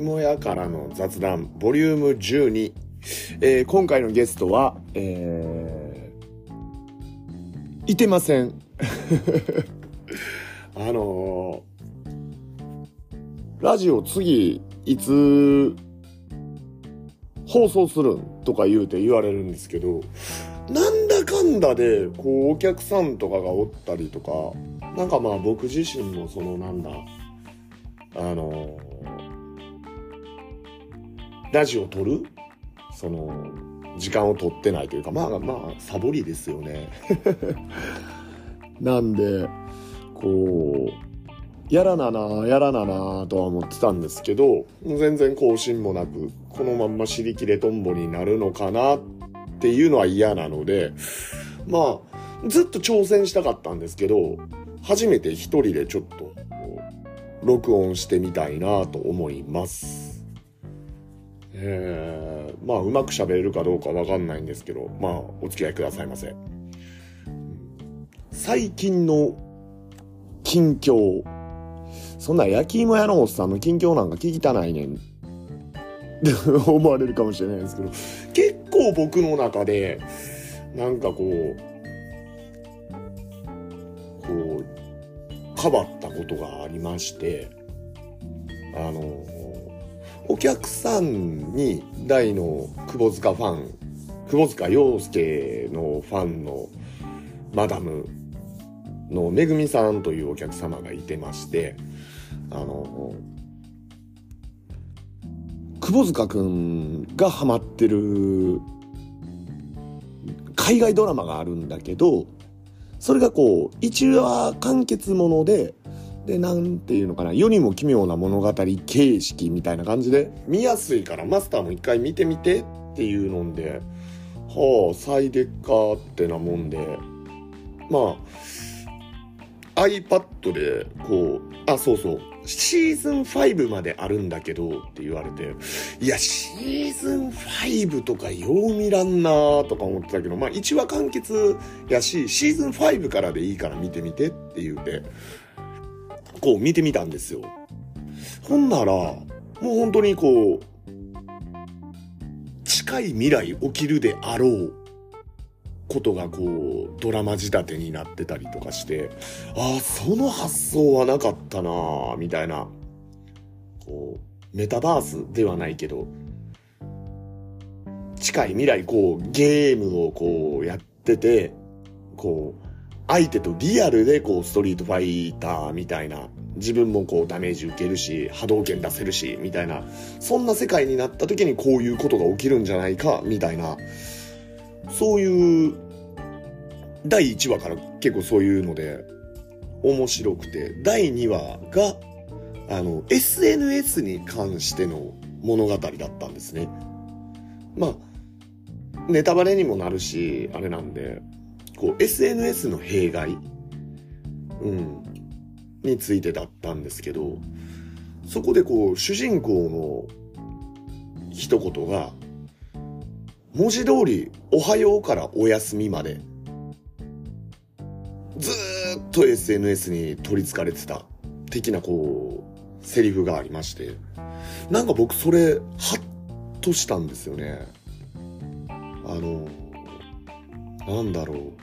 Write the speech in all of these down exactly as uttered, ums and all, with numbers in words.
芋屋からの雑談ボリュームじゅうに、えー、今回のゲストは、えー、いてませんあのー、ラジオ次いつ放送するんとか言うて言われるんですけど、なんだかんだでこうお客さんとかがおったりとか、なんかまあ僕自身もそのなんだあのー、ラジオ撮るその時間を取ってないというか、まあまあサボりですよねなんでこうやらななやらななとは思ってたんですけど、全然更新もなくこのまんま尻切れトンボになるのかなっていうのは嫌なので、まあずっと挑戦したかったんですけど、初めて一人でちょっと録音してみたいなと思います。えー、まあうまく喋れるかどうかわかんないんですけど、まあお付き合いくださいませ。最近の近況、そんな焼き芋屋のおっさんの近況なんか聞きたないねんって思われるかもしれないですけど、結構僕の中でなんかこうこう変わったことがありまして、あのお客さんに大の窪塚ファン、窪塚洋介のファンのマダムのめぐみさんというお客様がいてまして、あの窪塚くんがハマってる海外ドラマがあるんだけど、それがこう一話完結もので、でなんていうのかな、世にも奇妙な物語形式みたいな感じで見やすいからマスターも一回見てみてっていうので、はあ再でっかってなもんで、まあ iPad でこう、あそうそうシーズンファイブまであるんだけどって言われて、いやシーズンファイブとかよう見らんなとか思ってたけど、まあいちわ完結やしシーズンファイブからでいいから見てみてって言うてこう見てみたんですよ。ほんならもう本当にこう近い未来起きるであろうことがこうドラマ仕立てになってたりとかして、ああその発想はなかったなみたいな、こうメタバースではないけど近い未来こうゲームをこうやってて、こう相手とリアルでこうストリートファイターみたいな、自分もこうダメージ受けるし波動拳出せるしみたいな、そんな世界になった時にこういうことが起きるんじゃないかみたいな、そういうだいいちわから結構そういうので面白くて、だいにわがあの エスエヌエス に関しての物語だったんですね。まあネタバレにもなるしあれなんで、こう エスエヌエス の弊害、うん、についてだったんですけど、そこでこう主人公の一言が文字通りおはようからおやすみまでずーっと エスエヌエス に取り憑かれてた的なこうセリフがありまして、なんか僕それハッとしたんですよね。あのなんだろう、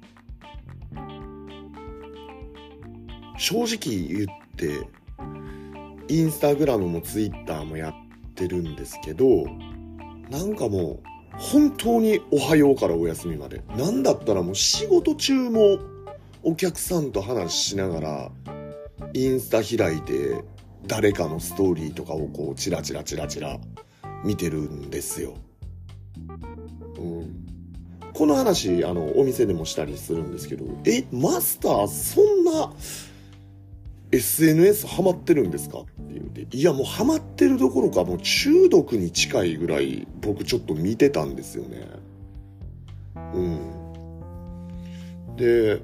正直言ってインスタグラムもツイッターもやってるんですけど、なんかもう本当におはようからお休みまで、なんだったらもう仕事中もお客さんと話しながらインスタ開いて誰かのストーリーとかをこうチラチラチラチラ見てるんですよ。うん、この話あのお店でもしたりするんですけど、えマスターそんな エスエヌエス ハマってるんですかって言うて、いやもうハマってるどころかもう中毒に近いぐらい僕ちょっと見てたんですよね。うんで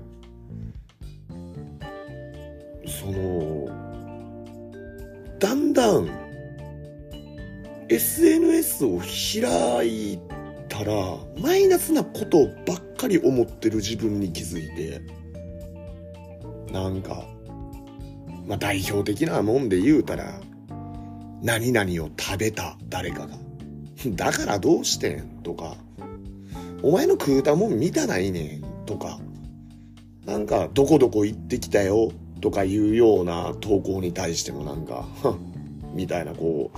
そのだんだん エスエヌエス を開いたらマイナスなことばっかり思ってる自分に気づいて、なんかまあ代表的なもんで言うたら何々を食べた誰かが。だからどうしてんとか、お前の食うたもん見たないねんとか、なんかどこどこ行ってきたよとかいうような投稿に対してもなんか、みたいなこ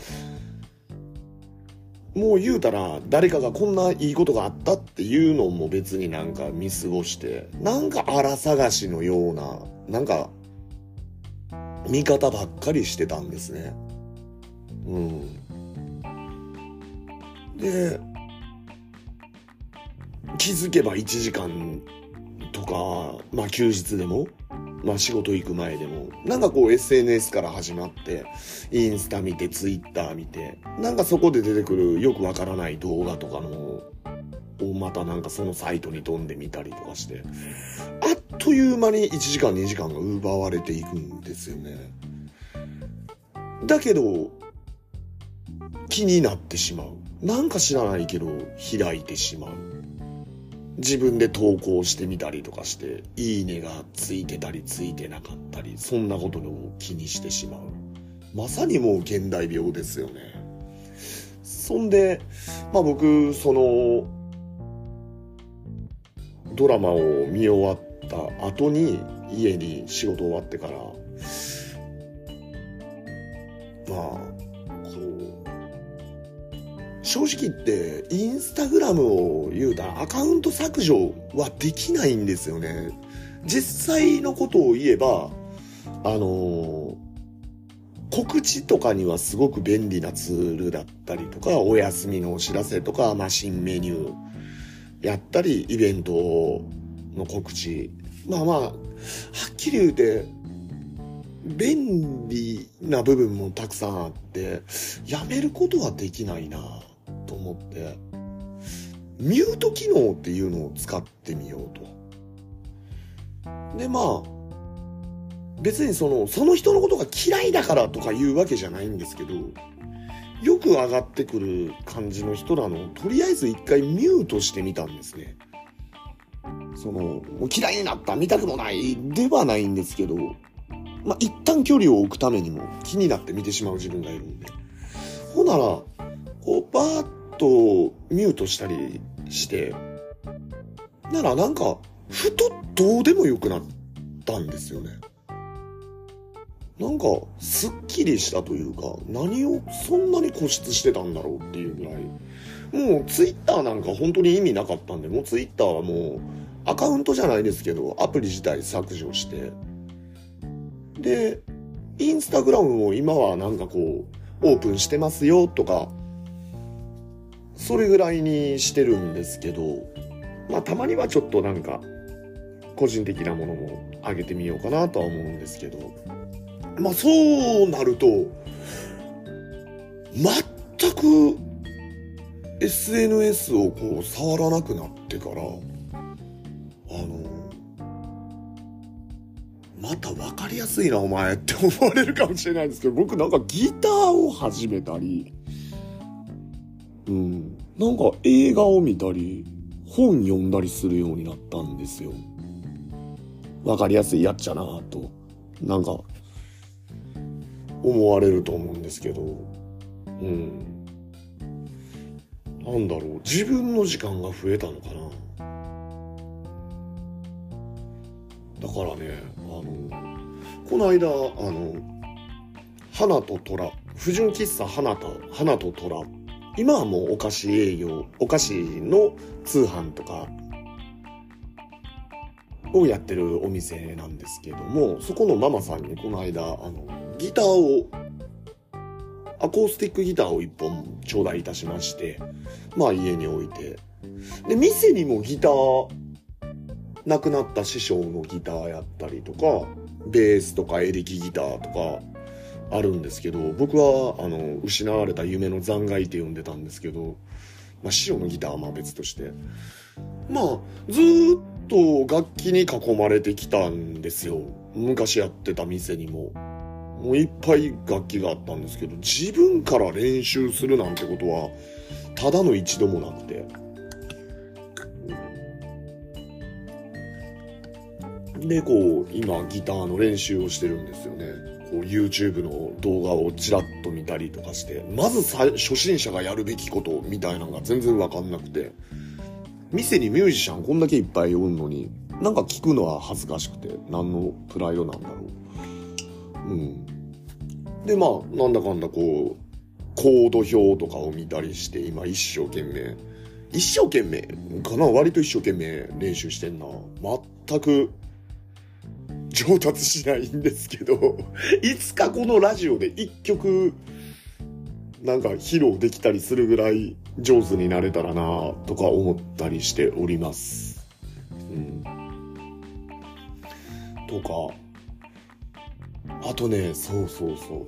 う、もう言うたら誰かがこんないいことがあったっていうのも別になんか見過ごして、なんか荒探しのような、なんか見方ばっかりしてたんですね。うん。で、気づけばいちじかんとか、まあ休日でも、まあ仕事行く前でも、なんかこう エスエヌエス から始まって、インスタ見て、ツイッター見て、なんかそこで出てくるよくわからない動画とかの、をまたなんかそのサイトに飛んでみたりとかして、あっという間にいちじかんにじかんが奪われていくんですよね。だけど、気になってしまう。なんか知らないけど、開いてしまう。自分で投稿してみたりとかして、いいねがついてたりついてなかったり、そんなことを気にしてしまう。まさにもう現代病ですよね。そんで、まあ僕、その、ドラマを見終わった後に、家に仕事終わってから、まあ、こう、正直言ってインスタグラムを言うたらアカウント削除はできないんですよね。実際のことを言えば、あのー、告知とかにはすごく便利なツールだったりとか、お休みのお知らせとか、まあ、新メニューやったり、イベントの告知。まあまあ、はっきり言うて、便利な部分もたくさんあって、やめることはできないなと思って、ミュート機能っていうのを使ってみようと。で、まあ、別にその、その人のことが嫌いだからとかいうわけじゃないんですけど、よく上がってくる感じの人らの、とりあえず一回ミュートしてみたんですね。その、もう嫌いになった、見たくもないではないんですけど、まあ、一旦距離を置くためにも気になって見てしまう自分がいるんで。ほんなら、こう、バーッとミュートしたりして、ならなんか、ふとどうでもよくなったんですよね。なんか、すっきりしたというか、何をそんなに固執してたんだろうっていうぐらい。もうツイッターなんか本当に意味なかったんで、もうツイッターはもうアカウントじゃないですけど、アプリ自体削除して、で、インスタグラムも今はなんかこう、オープンしてますよとか、それぐらいにしてるんですけど、まあたまにはちょっとなんか、個人的なものも上げてみようかなとは思うんですけど、まあそうなると、全く エスエヌエス をこう触らなくなってから、あの、また分かりやすいなお前って思われるかもしれないですけど、僕なんかギターを始めたり、うん、なんか映画を見たり、本読んだりするようになったんですよ。分かりやすいやっちゃなと、なんか、思われると思うんですけど、うん。なんだろう、自分の時間が増えたのかな。だからね、あの、この間、あの、花と虎、不純喫茶花と、花と虎、今はもうお菓子営業、お菓子の通販とかをやってるお店なんですけども、そこのママさんにこの間、あの、ギターを、アコースティックギターを一本頂戴いたしまして、まあ家に置いて、で、店にもギター、亡くなった師匠のギターやったりとか、ベースとかエレキギターとかあるんですけど、僕はあの失われた夢の残骸って呼んでたんですけど、まあ師匠のギターはまあ別として、まあずーっと楽器に囲まれてきたんですよ。昔やってた店にも。もういっぱい楽器があったんですけど、自分から練習するなんてことはただの一度もなくて。で、こう、今、ギターの練習をしてるんですよね。 こう YouTube の動画をちらっと見たりとかして、まずさ初心者がやるべきことみたいなのが全然わかんなくて、店にミュージシャンこんだけいっぱいおんのになんか聞くのは恥ずかしくて、何のプライドなんだろう。うんでまあなんだかんだこうコード表とかを見たりして、今一生懸命一生懸命かな割と一生懸命練習してんな。全く上達しないんですけどいつかこのラジオで一曲なんか披露できたりするぐらい上手になれたらなとか思ったりしております。うん。とかあとね、そうそうそう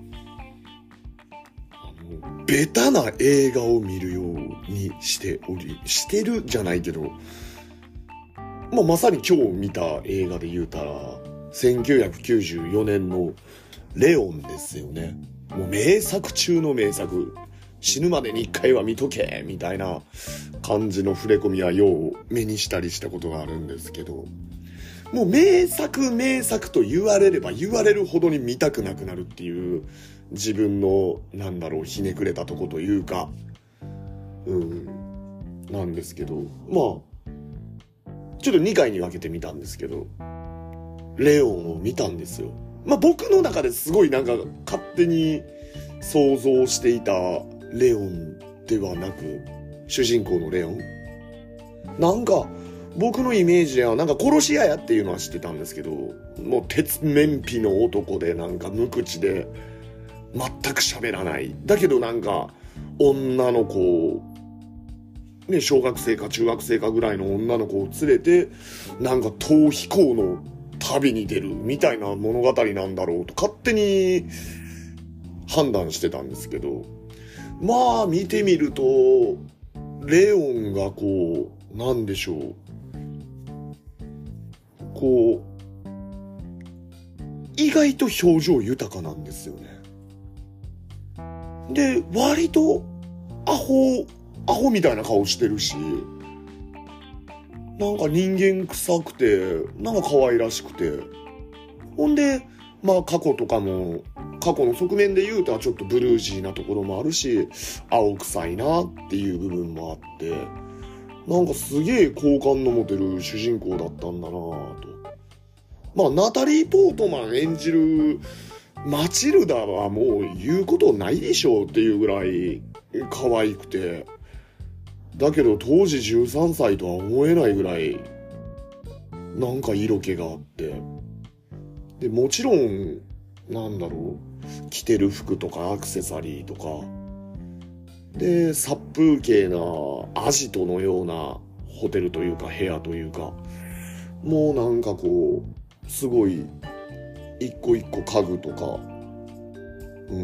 あのベタな映画を見るようにしておりしてるじゃないけど、まあ、まさに今日見た映画で言うたらせんきゅうひゃくきゅうじゅうよねんのレオンですよね。もう名作中の名作、死ぬまでに一回は見とけみたいな感じの触れ込みはよう目にしたりしたことがあるんですけど、もう名作名作と言われれば言われるほどに見たくなくなるっていう自分のなんだろうひねくれたとこというか、うんなんですけど、まあちょっとにかいに分けてみたんですけど、レオンを見たんですよ。まあ僕の中ですごいなんか勝手に想像していたレオンではなく、主人公のレオンなんか僕のイメージではなんか殺し屋やっていうのは知ってたんですけど、もう鉄面皮の男でなんか無口で全く喋らない、だけどなんか女の子ね、小学生か中学生かぐらいの女の子を連れてなんか逃避行の旅に出るみたいな物語なんだろうと勝手に判断してたんですけど、まあ見てみるとレオンがこうなんでしょう、こう意外と表情豊かなんですよね。で割とアホアホみたいな顔してるし、なんか人間臭くてなんか可愛らしくて、ほんでまあ過去とかも過去の側面で言うとちょっとブルージーなところもあるし、青臭いなっていう部分もあって、なんかすげえ好感の持てる主人公だったんだなと。まあナタリー・ポートマン演じるマチルダはもう言うことないでしょうっていうぐらい可愛くて、だけど当時じゅうさんさいとは思えないぐらいなんか色気があって、でもちろんなんだろう着てる服とかアクセサリーとかで殺風景なアジトのようなホテルというか部屋というか、もうなんかこうすごい一個一個家具とか、うん、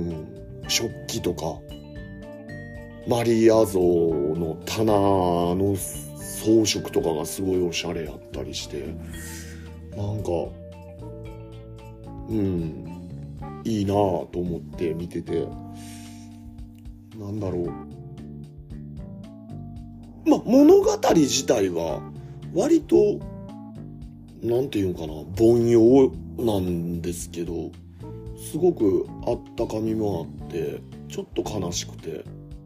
食器とかマリア像の棚の装飾とかがすごいおしゃれやったりして、なんかうんいいなぁと思って見てて、なんだろう、まあ物語自体は割となんていうのかな、凡庸なんですけどすごくあったかみもあってちょっと悲しくて、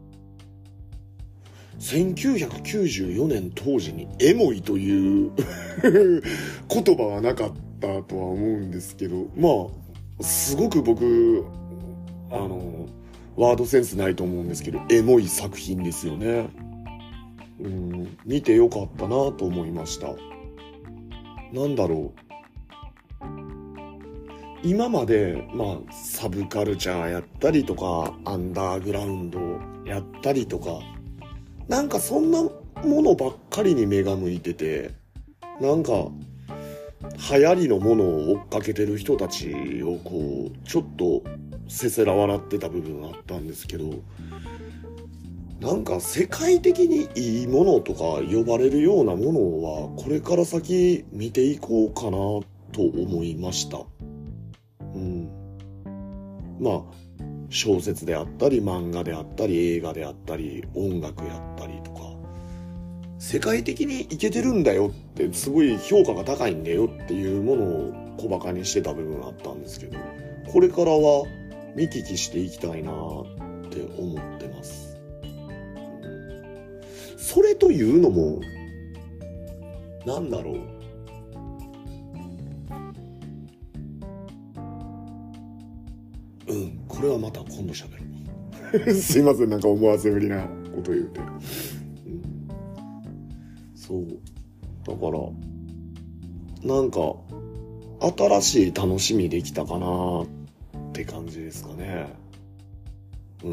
せんきゅうひゃくきゅうじゅうよねん当時にエモいという言葉はなかったとは思うんですけど、まあすごく僕あのワードセンスないと思うんですけどエモい作品ですよね。うん見てよかったなと思いました。なんだろう、今までまあサブカルチャーやったりとかアンダーグラウンドやったりとかなんかそんなものばっかりに目が向いてて、なんか流行りのものを追っかけてる人たちをこうちょっとせせら笑ってた部分があったんですけど、なんか世界的にいいものとか呼ばれるようなものはこれから先見ていこうかなと思いました。うん。まあ小説であったり漫画であったり映画であったり音楽やったりとか世界的にイケてるんだよって、すごい評価が高いんだよっていうものを小馬鹿にしてた部分があったんですけど、 これからは見聞きしていきたいなって思ってます。それというのも、なんだろう。うん、これはまた今度喋る。すいません、なんか思わせぶりなこと言うて。うん、そう。だから、なんか、新しい楽しみできたかなって感じですかね。うん。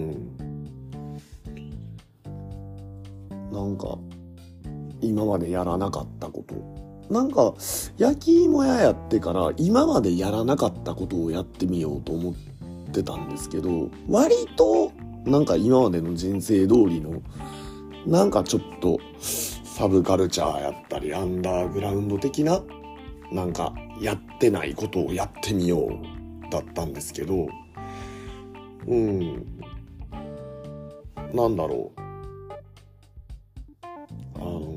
なんか、今までやらなかったこと。なんか、焼き芋屋やってから、今までやらなかったことをやってみようと思ってたんですけど、割と、なんか今までの人生通りの、なんかちょっと、サブカルチャーやったり、アンダーグラウンド的な、なんか、やってないことをやってみよう、だったんですけど、うん、なんだろう。あの、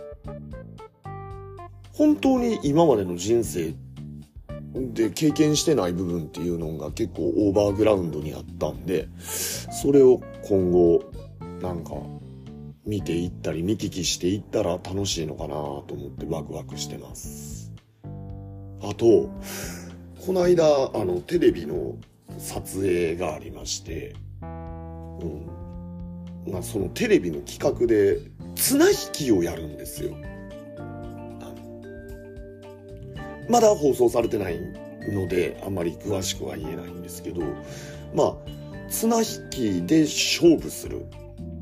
本当に今までの人生で経験してない部分っていうのが結構オーバーグラウンドにあったんで、それを今後なんか見ていったり見聞きしていったら楽しいのかなと思ってワクワクしてます。あと、この間あのテレビの撮影がありまして、うん、まあ、そのテレビの企画で綱引きをやるんですよ。まだ放送されてないのであんまり詳しくは言えないんですけど、まあ綱引きで勝負する。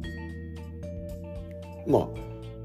まあ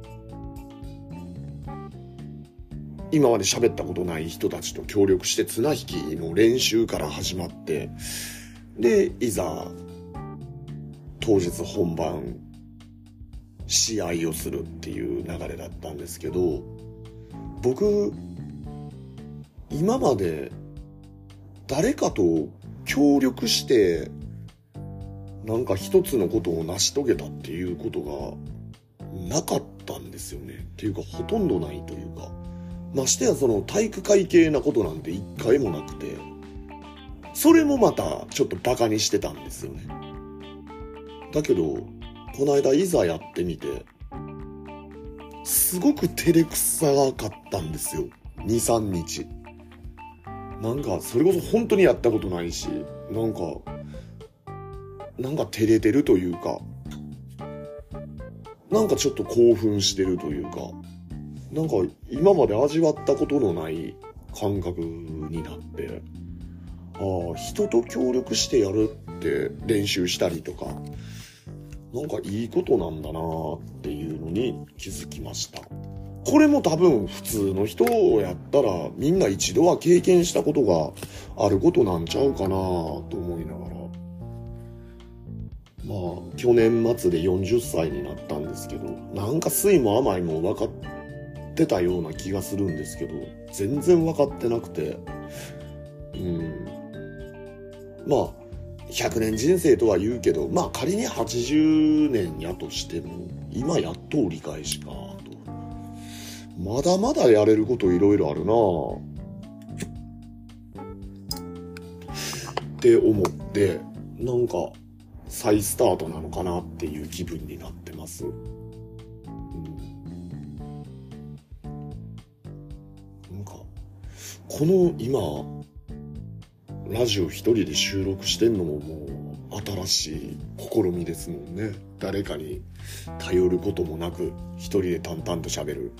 今まで喋ったことない人たちと協力して綱引きの練習から始まって、でいざ当日本番試合をするっていう流れだったんですけど、僕今まで誰かと協力してなんか一つのことを成し遂げたっていうことがなかったんですよね。っていうかほとんどないというか、ましてやその体育会系なことなんて一回もなくて、それもまたちょっとバカにしてたんですよね。だけどこの間いざやってみてすごく照れくさかったんですよ。にさんにちなんかそれこそ本当にやったことないし、なんかなんか照れてるというか、なんかちょっと興奮してるというか、なんか今まで味わったことのない感覚になって、ああ、人と協力してやるって練習したりとか、なんかいいことなんだなっていうのに気づきました。これも多分普通の人をやったらみんな一度は経験したことがあることなんちゃうかなと思いながら、まあ去年末でよんじゅっさいになったんですけど、なんか酸いも甘いも分かってたような気がするんですけど、全然分かってなくて、うん、まあひゃくねん人生とは言うけど、まあ仮にはちじゅうねんやとしても今やっと折り返しか。まだまだやれることいろいろあるなぁって思って、なんか再スタートなのかなっていう気分になってます。うん、なんかこの今ラジオ一人で収録してんのももう新しい試みですもんね。誰かに頼ることもなく一人で淡々と喋る。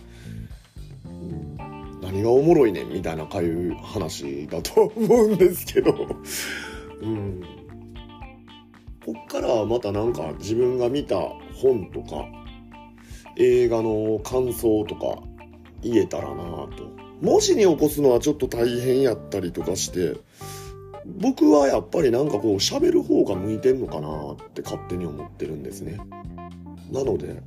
何がおもろいねんみたいなかいう話だと思うんですけど、うん、こっからはまたなんか自分が見た本とか映画の感想とか言えたらなと。文字に起こすのはちょっと大変やったりとかして、僕はやっぱりなんかこう喋る方が向いてんのかなって勝手に思ってるんですね。なので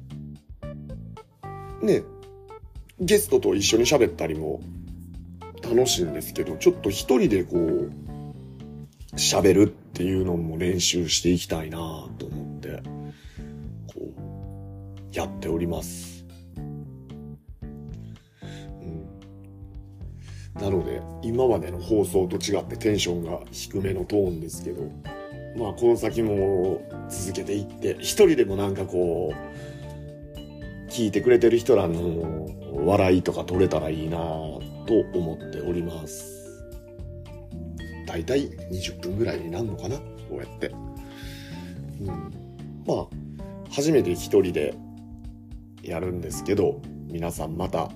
ね、ゲストと一緒に喋ったりも楽しいんですけど、ちょっと一人でこう喋るっていうのも練習していきたいなと思ってこうやっております。うん、 なので今までの放送と違ってテンションが低めのトーンですけど、まあこの先も続けていって一人でもなんかこう聞いてくれてる人らの笑いとか取れたらいいなと思っております。だいたいにじゅっぷんぐらいになるのかな、こうやって、うん、まあ初めて一人でやるんですけど、皆さんまた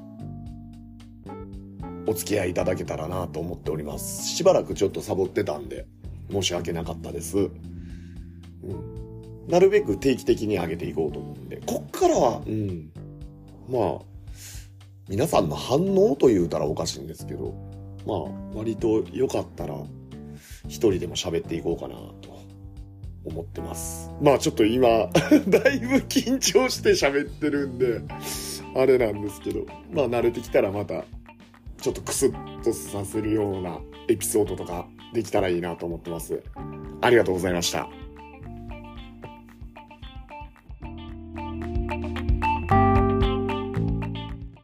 お付き合いいただけたらなと思っております。しばらくちょっとサボってたんで申し訳なかったです、うん、なるべく定期的に上げていこうと思うんで、こっからは、うん、まあ皆さんの反応と言うたらおかしいんですけど、まあ割とよかったら一人でも喋っていこうかなと思ってます。まあちょっと今だいぶ緊張して喋ってるんであれなんですけど、まあ慣れてきたらまたちょっとクスッとさせるようなエピソードとかできたらいいなと思ってます。ありがとうございました。